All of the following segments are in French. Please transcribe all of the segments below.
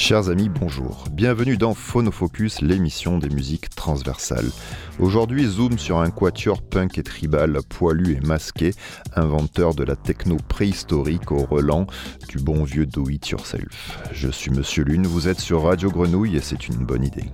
Chers amis, bonjour. Bienvenue dans Phonofocus, l'émission des musiques transversales. Aujourd'hui, zoom sur un quatuor punk et tribal, poilu et masqué, inventeur de la techno préhistorique au relent du bon vieux do it yourself. Je suis Monsieur Lune, vous êtes sur Radio Grenouille et c'est une bonne idée.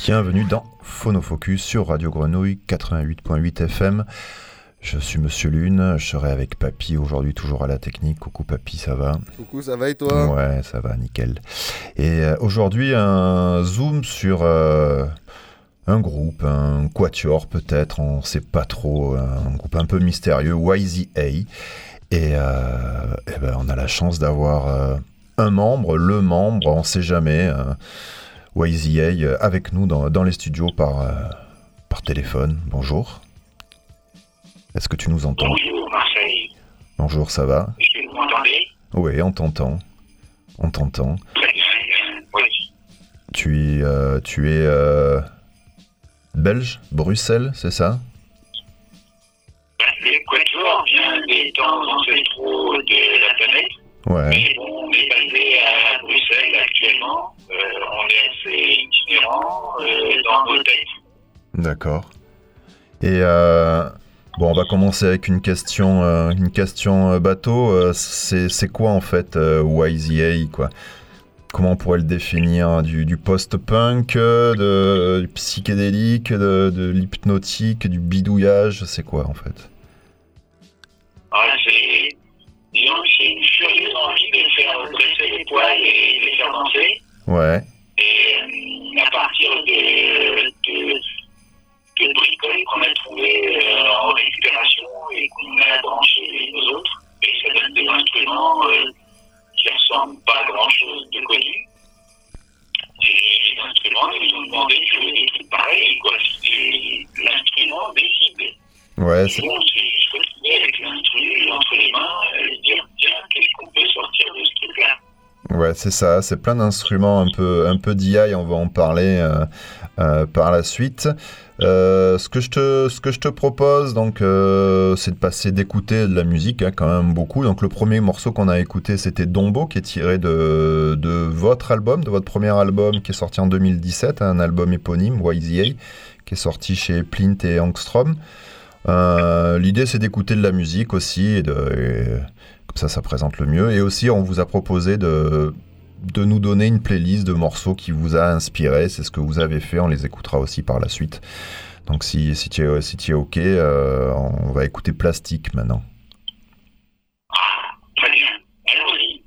Bienvenue dans Phonofocus sur Radio Grenouille 88.8 FM. Je suis Monsieur Lune, je serai avec Papy aujourd'hui, toujours à la technique. Coucou Papy, ça va ? Coucou, ça va et toi ? Ouais, ça va, nickel. Et aujourd'hui, un zoom sur un groupe, un quatuor peut-être, on ne sait pas trop, un groupe un peu mystérieux, YZA. Et on a la chance d'avoir le membre, on ne sait jamais, YZA avec nous dans les studios par téléphone. Bonjour. Est-ce que tu nous entends ? Bonjour Marseille. Bonjour, ça va ? Est-ce que vous m'entendez ? Oui, on t'entend. On t'entend. Très bien. Oui. Tu es belge, Bruxelles, c'est ça ? Le quatuor vient des temps ancestraux de la planète. Ouais. Mais bon, on est basé à Bruxelles actuellement. On est assez itinérant dans nos têtes. D'accord. Et on va commencer avec une question bateau. C'est quoi en fait YZA, quoi ? Comment on pourrait le définir ? Du post-punk, du psychédélique, de l'hypnotique, du bidouillage, c'est quoi en fait ? Disons que c'est une furieuse envie de faire dresser les poils et de les faire danser. Ouais. Et à partir de bricoles qu'on a trouvées en récupération et qu'on a branchées les uns aux autres. Et ça donne des instruments qui ressemblent pas à grand chose de connu. Et les instruments, ils nous ont demandé de jouer des trucs pareils, quoi. L'instrument décide. Ouais, c'est bon, c'est juste continuer avec l'instrument entre les mains et dire tiens, qu'est-ce qu'on peut sortir de ce truc-là. Ouais, c'est ça, c'est plein d'instruments un peu DI, on va en parler par la suite. Ce que je te propose, donc, c'est d'écouter de la musique, hein, quand même beaucoup. Donc le premier morceau qu'on a écouté, c'était Dombo, qui est tiré de votre album, de votre premier album qui est sorti en 2017, un album éponyme, YZA, qui est sorti chez Plint et Angstrom. L'idée, c'est d'écouter de la musique aussi, comme ça présente le mieux. Et aussi, on vous a proposé de nous donner une playlist de morceaux qui vous a inspiré. C'est ce que vous avez fait, on les écoutera aussi par la suite. Donc si tu es OK, on va écouter Plastique maintenant. Très bien, allons-y.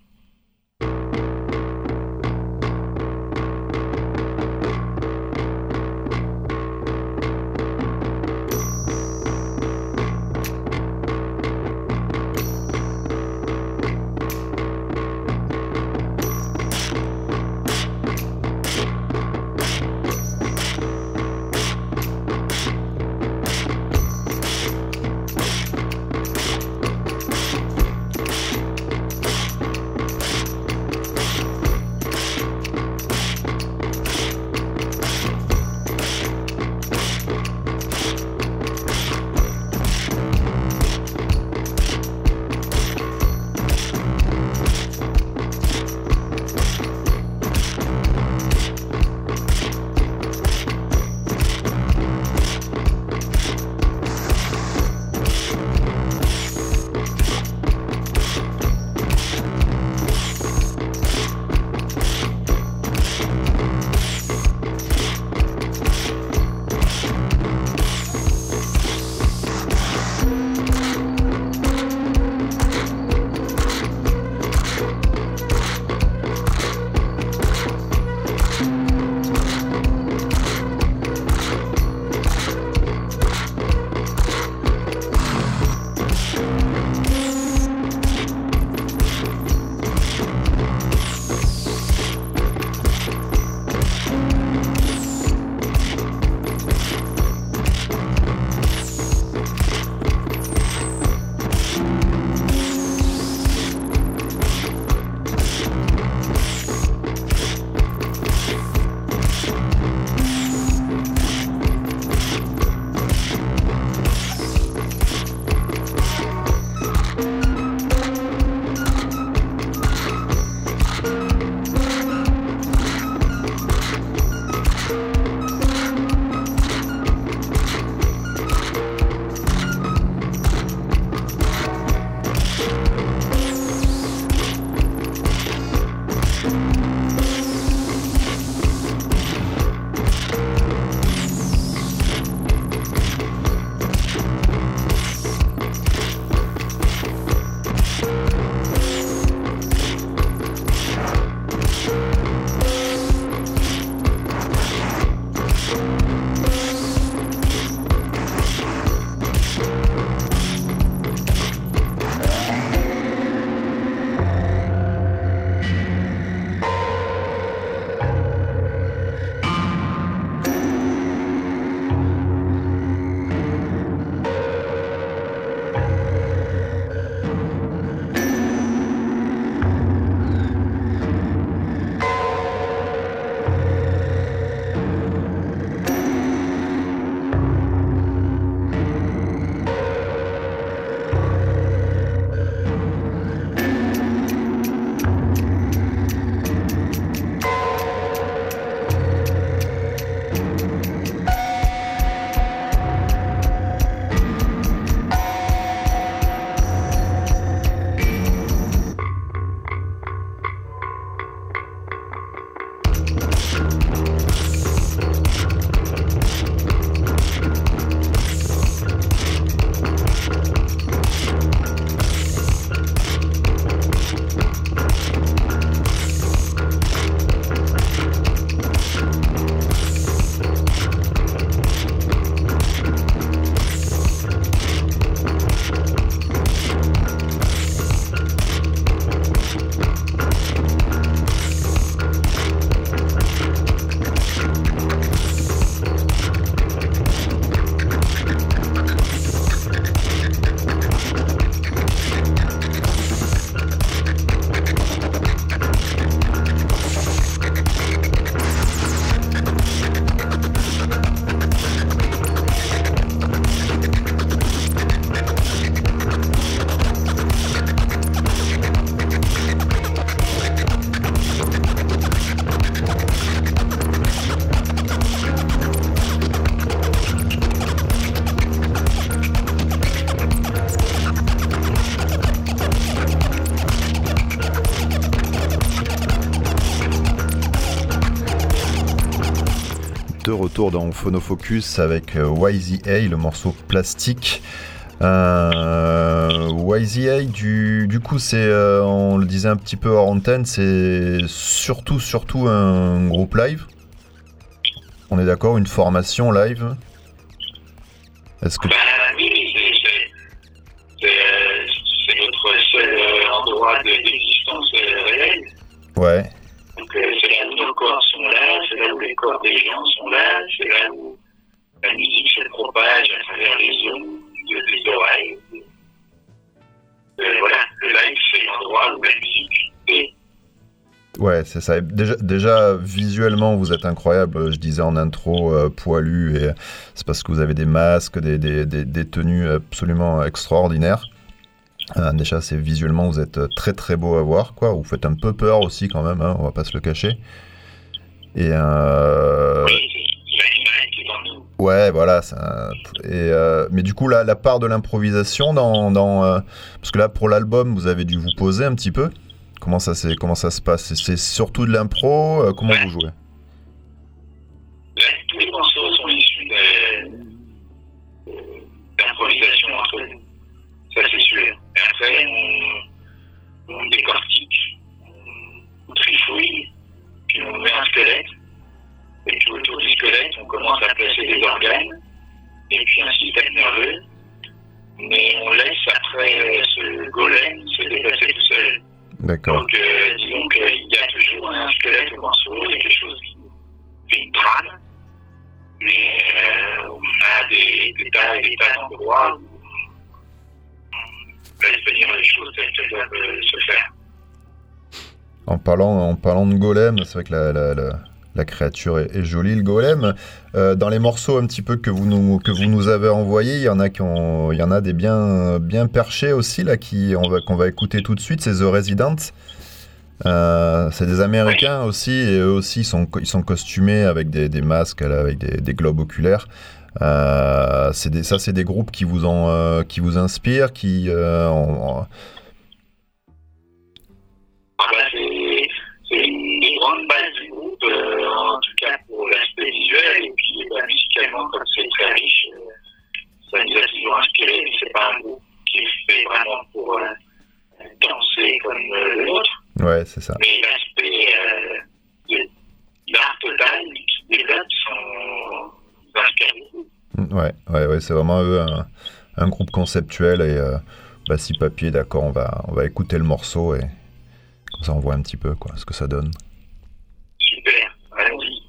de retour dans Phonofocus avec YZA, le morceau Plastique. YZA, du coup, c'est, on le disait un petit peu hors antenne, c'est surtout un groupe live. On est d'accord, une formation live. Est-ce que... Oui, c'est notre seul endroit d'existence réelle. Ouais. Donc c'est là où nos corps sont là, c'est là où les corps des gens sont là, c'est là où la musique se propage à travers les ondes des oreilles. Voilà, le live c'est l'endroit où la musique est. Ouais, c'est ça. Déjà, visuellement, vous êtes incroyable. Je disais en intro, poilu, et c'est parce que vous avez des masques, des tenues absolument extraordinaires. Déjà, c'est visuellement, vous êtes très très beau à voir, quoi. Vous faites un peu peur aussi quand même, hein, on va pas se le cacher. Et ouais, voilà. Mais du coup, la part de l'improvisation parce que là, pour l'album, vous avez dû vous poser un petit peu. Comment ça se passe? C'est surtout de l'impro? Comment vous jouez? Tous les morceaux sont issus d'improvisation entre nous. Ça, c'est sûr. Et après, on décortique, on trifouille, puis on met un squelette. Et puis autour du squelette, on commence à placer des organes, et puis un système nerveux. Mais on laisse après ce golem se déplacer tout seul. D'accord. Donc, disons qu'il y a toujours un squelette au morceau, il y a quelque chose qui fait une trame, mais on a des tas et des tas d'endroits où on laisse venir les choses telles qu'elles doivent se faire. En parlant de golem, c'est vrai que la créature est jolie, le golem. Dans les morceaux un petit peu que vous nous avez envoyés, il y en a des bien perchés aussi là qu'on va écouter tout de suite. C'est The Resident. C'est des Américains aussi, et eux aussi ils sont costumés avec des masques là, avec des globes oculaires. C'est des groupes qui vous inspirent, C'est une des grandes bases du groupe, en tout cas pour l'aspect visuel, et puis musicalement, comme c'est très riche, ça nous a toujours inspiré, mais c'est pas un groupe qui est fait vraiment pour danser comme le nôtre. Ouais, c'est ça. Mais l'aspect d'art total qui développe nous inspire beaucoup. Ouais, c'est vraiment eux un groupe conceptuel, et si Papy est d'accord, on va écouter le morceau, et comme ça on voit un petit peu ce que ça donne. Super, allons-y.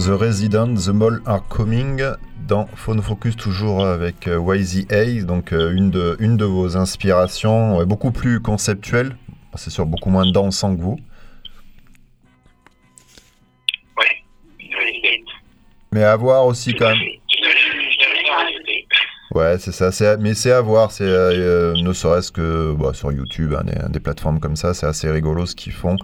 The Resident, The Mole Are Coming dans Phone Focus, toujours avec YZA, donc une de vos inspirations, beaucoup plus conceptuelle, c'est sûr beaucoup moins dansant que vous. Mais à voir aussi quand même. Ouais, c'est ça. Mais c'est à voir. C'est ne serait-ce que sur YouTube, des plateformes comme ça, c'est assez rigolo ce qu'ils font.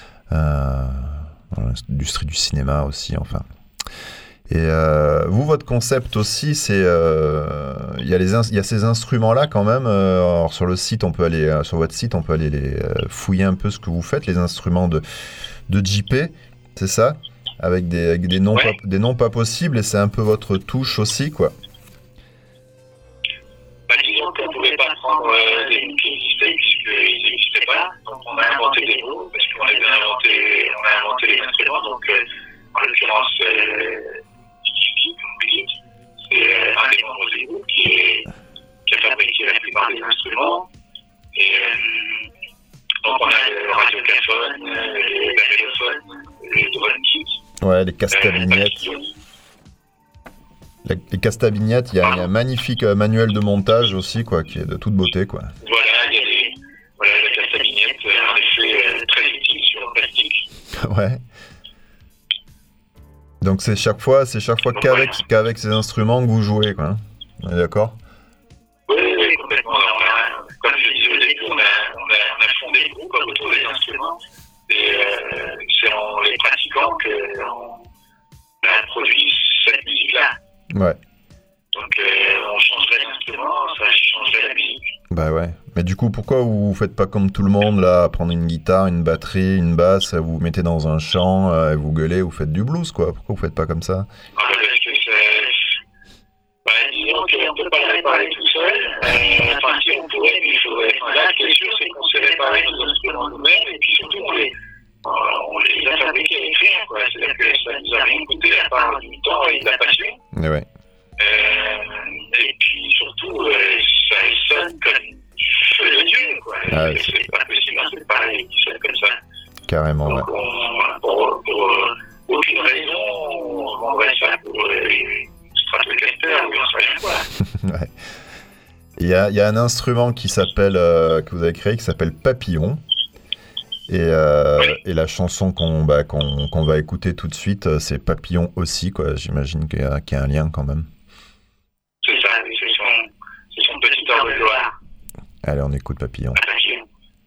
Dans l'industrie du cinéma aussi, enfin. Et vous, votre concept aussi, c'est il y a ces instruments-là quand même. Alors sur le site, on peut aller sur votre site, on peut aller les fouiller un peu ce que vous faites, les instruments de JP, c'est ça, avec des noms pas possibles, et c'est un peu votre touche aussi, quoi. Disons qu'on ne pouvait pas prendre des mots qui existaient puisqu'ils n'existaient pas, donc on a inventé des mots parce qu'on a inventé les instruments, donc en l'occurrence c'est un des membres du groupe qui a fabriqué la plupart des instruments. Et donc on a le radiocaphone, le balmélophone, le drum kit. Ouais, les castabignettes. Les castabignettes, il y a un magnifique manuel de montage aussi, quoi, qui est de toute beauté, quoi. Voilà, il y a les castabignettes, en effet très utiles sur le plastique. Ouais. Donc c'est chaque fois qu'avec ces instruments que vous jouez, quoi. On est d'accord ? Oui, complètement. Comme je disais au début, on a fondé le groupe autour des instruments. Et c'est en les pratiquant qu'on a produit cette musique-là. Ouais. Donc on changerait l'instrument, ça changerait la musique. Bah ouais. Mais du coup, pourquoi vous faites pas comme tout le monde, là, prendre une guitare, une batterie, une basse, vous vous mettez dans un champ, et vous gueulez, vous faites du blues, quoi. Pourquoi vous faites pas comme ça ? Parce que disons qu'on ne peut pas réparer tout seul. Enfin, si on pourrait, mais il faudrait. Là, ce qui est sûr, c'est qu'on sait réparer nos instruments nous-mêmes, et puis surtout, on les a fabriqués avec rien, quoi. C'est-à-dire que ça nous a rien coûté à part du temps et de la passion. Et ouais. Et puis surtout, ça sonne comme du feu de Dieu, quoi. Ah, c'est pas possible, c'est pareil, qui sonne comme ça. Carrément, donc, ouais. Pour aucune raison, on vendrait ça pour Stratocaster ou j'en sais rien quoi. Ouais. Il y a un instrument qui s'appelle, que vous avez créé, qui s'appelle Papillon. Et la chanson qu'on va écouter tout de suite, c'est Papillon aussi, quoi. J'imagine qu'il y a un lien quand même. C'est ça, c'est son petit heure de gloire. Allez, on écoute Papillon. Papillon.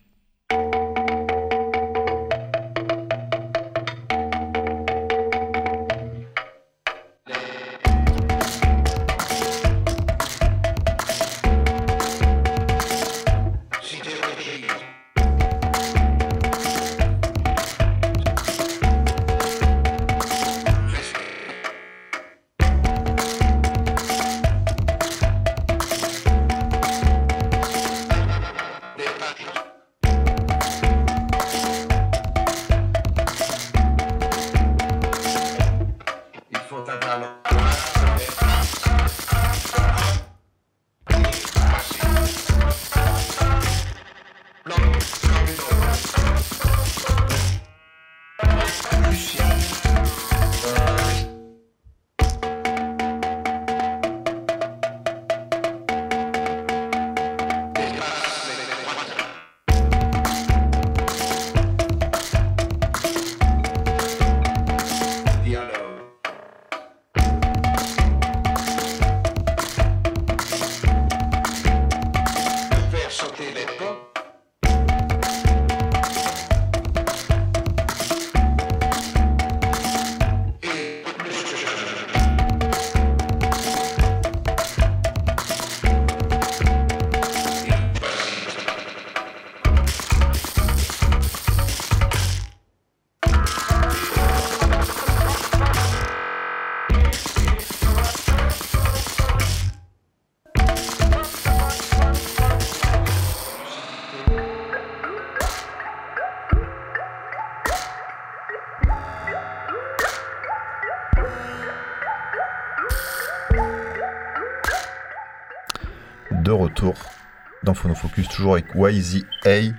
De retour dans Phonofocus, toujours avec YZA et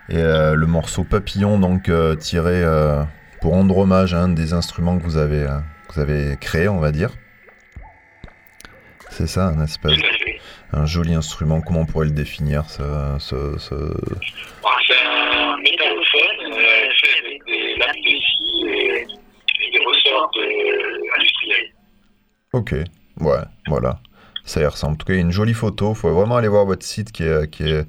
le morceau Papillon, donc tiré pour rendre hommage à un des instruments que vous avez que vous avez créé, on va dire. C'est ça, un espèce, un joli instrument. Comment on pourrait le définir C'est un métallophone fait avec des lames de scie et des ressorts industriels. Ok, ouais, voilà. Ça y ressemble. En tout cas, il y a une jolie photo. Il faut vraiment aller voir votre site qui est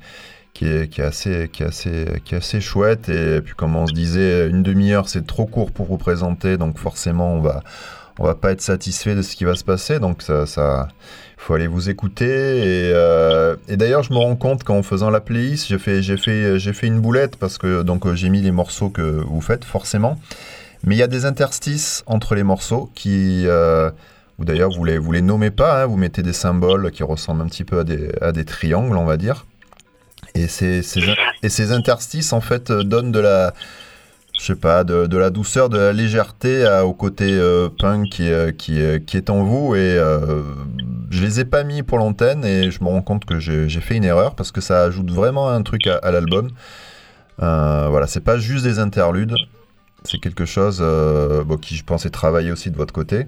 assez chouette. Et puis, comme on se disait, une demi-heure, c'est trop court pour vous présenter. Donc, forcément, on va pas être satisfait de ce qui va se passer. Donc, il faut aller vous écouter. Et d'ailleurs, je me rends compte qu'en faisant la playlist, j'ai fait une boulette parce que donc j'ai mis les morceaux que vous faites, forcément. Mais il y a des interstices entre les morceaux ou d'ailleurs, vous les nommez pas, hein, vous mettez des symboles qui ressemblent un petit peu à des triangles, on va dire. Et ces interstices, en fait, donnent de la douceur, de la légèreté au côté punk qui est en vous. Et je les ai pas mis pour l'antenne et je me rends compte que j'ai fait une erreur parce que ça ajoute vraiment un truc à l'album. Voilà, c'est pas juste des interludes, c'est quelque chose qui, je pense, est travaillé aussi de votre côté.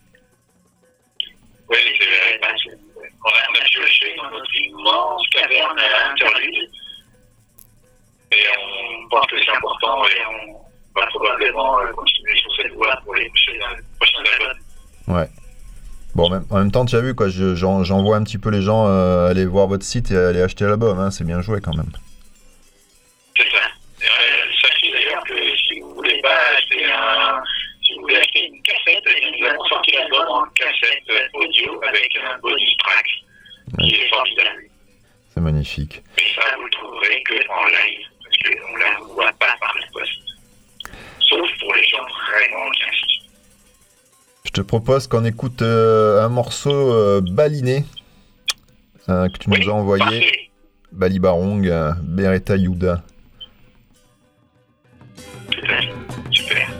Oui, c'est vrai. On a pioché dans notre immense caverne interlude. Et on pense que c'est important et on va probablement continuer sur cette voie pour les prochains albums. Ouais. Bon, en même temps, tu as vu, quoi, j'envoie un petit peu les gens aller voir votre site et aller acheter l'album, hein, c'est bien joué quand même. C'est ça. Sachez d'ailleurs que si vous voulez acheter une cassette, nous avons sorti l'album en cassette audio avec un bonus track qui est formidable. C'est magnifique. Mais ça, vous le trouverez que en live, parce qu'on ne la voit pas par la poste. Sauf pour les gens vraiment qui insistent. Je te propose qu'on écoute un morceau baliné que tu nous as envoyé. Parfait. Bali Barong, Beretta Yuda. Super.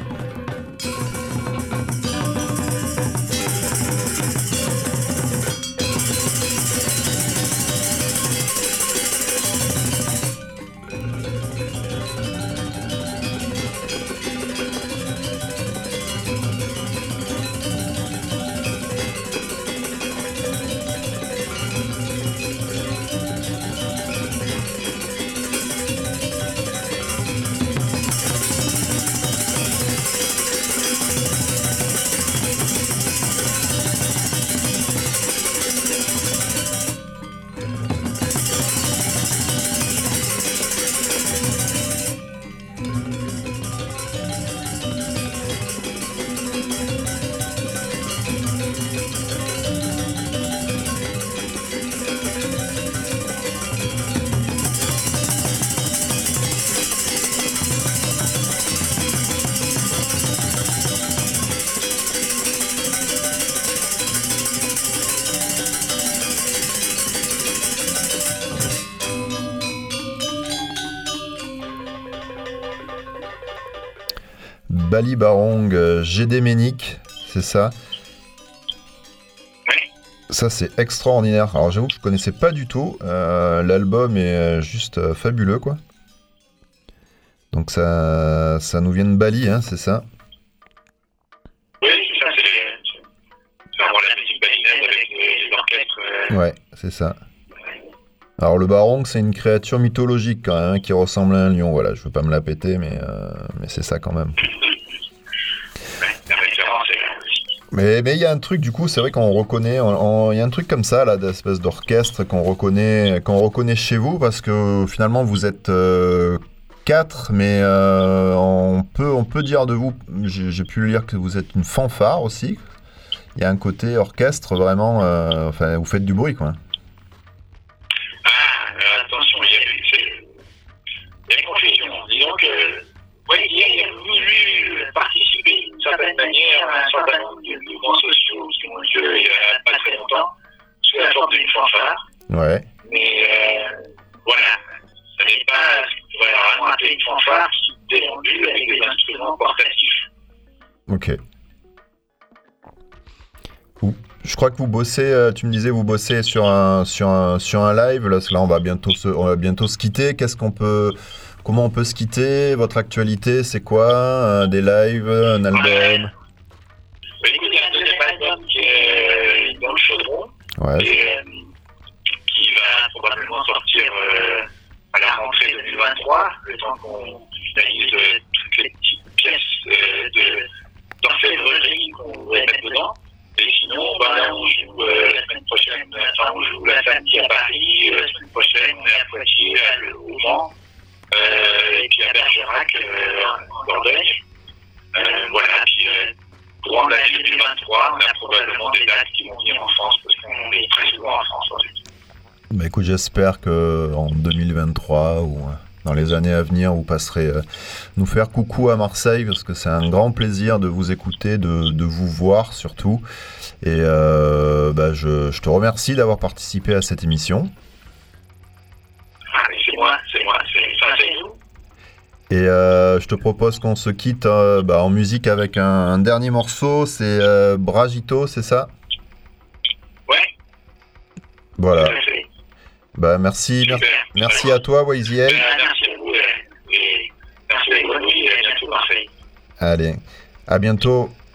Bali Barong, GD Ménic, c'est ça? Oui. Ça, c'est extraordinaire. Alors, j'avoue que je connaissais pas du tout. L'album est juste fabuleux, quoi. Donc, ça nous vient de Bali, hein, c'est ça? Oui, c'est ça, c'est vraiment la musique balinaise avec l'orchestre. Ouais, c'est ça. Alors, le Barong, c'est une créature mythologique, quand même, hein, qui ressemble à un lion. Voilà, je veux pas me la péter, mais c'est ça, quand même. La référence est là aussi. Mais il y a un truc, du coup, c'est vrai qu'on reconnaît, il y a un truc comme ça, là, d'espèce d'orchestre qu'on reconnaît chez vous, parce que finalement, vous êtes 4, mais on peut dire de vous, j'ai pu lire que vous êtes une fanfare aussi. Il y a un côté orchestre, vraiment, vous faites du bruit, quoi. Attention, il y a une confusion. Disons que il a voulu participer d'une certaine manière à un certain nombre de mouvements sociaux qui ont lieu il n'y a pas très longtemps, sous la forme d'une fanfare. Ouais. Mais voilà, ça n'est pas ce qu'on pourrait vraiment appeler une fanfare qui déambule avec des instruments portatifs. Ok. Je crois que vous bossez, tu me disais, vous bossez sur un live. Là, on va bientôt se quitter. Comment on peut se quitter? Votre actualité, c'est quoi? Des lives, un album? Écoutez, Ouais. Qui va probablement sortir à la rentrée 2023, le temps qu'on finalise toutes les petites pièces d'orfèvrerie qu'on voudrait mettre dedans. Et sinon, on joue la semaine prochaine, on joue la samedi à Paris, la semaine prochaine à Poitiers, au Mans, et puis à Bergerac, en Dordogne. Voilà, puis courant de l'année 2023, on a probablement des dates qui vont venir en France, parce qu'on est très souvent en France. Bah écoute, j'espère qu'en 2023 ou dans les années à venir, vous passerez nous faire coucou à Marseille, parce que c'est un grand plaisir de vous écouter, de vous voir surtout. Et je te remercie d'avoir participé à cette émission. C'est moi, c'est nous. Et je te propose qu'on se quitte en musique avec un dernier morceau, c'est Bragito, c'est ça ? Ouais. Voilà. Merci à toi, Waziel. Merci à vous, et merci à vous, et à bientôt Marseille. Allez, à bientôt.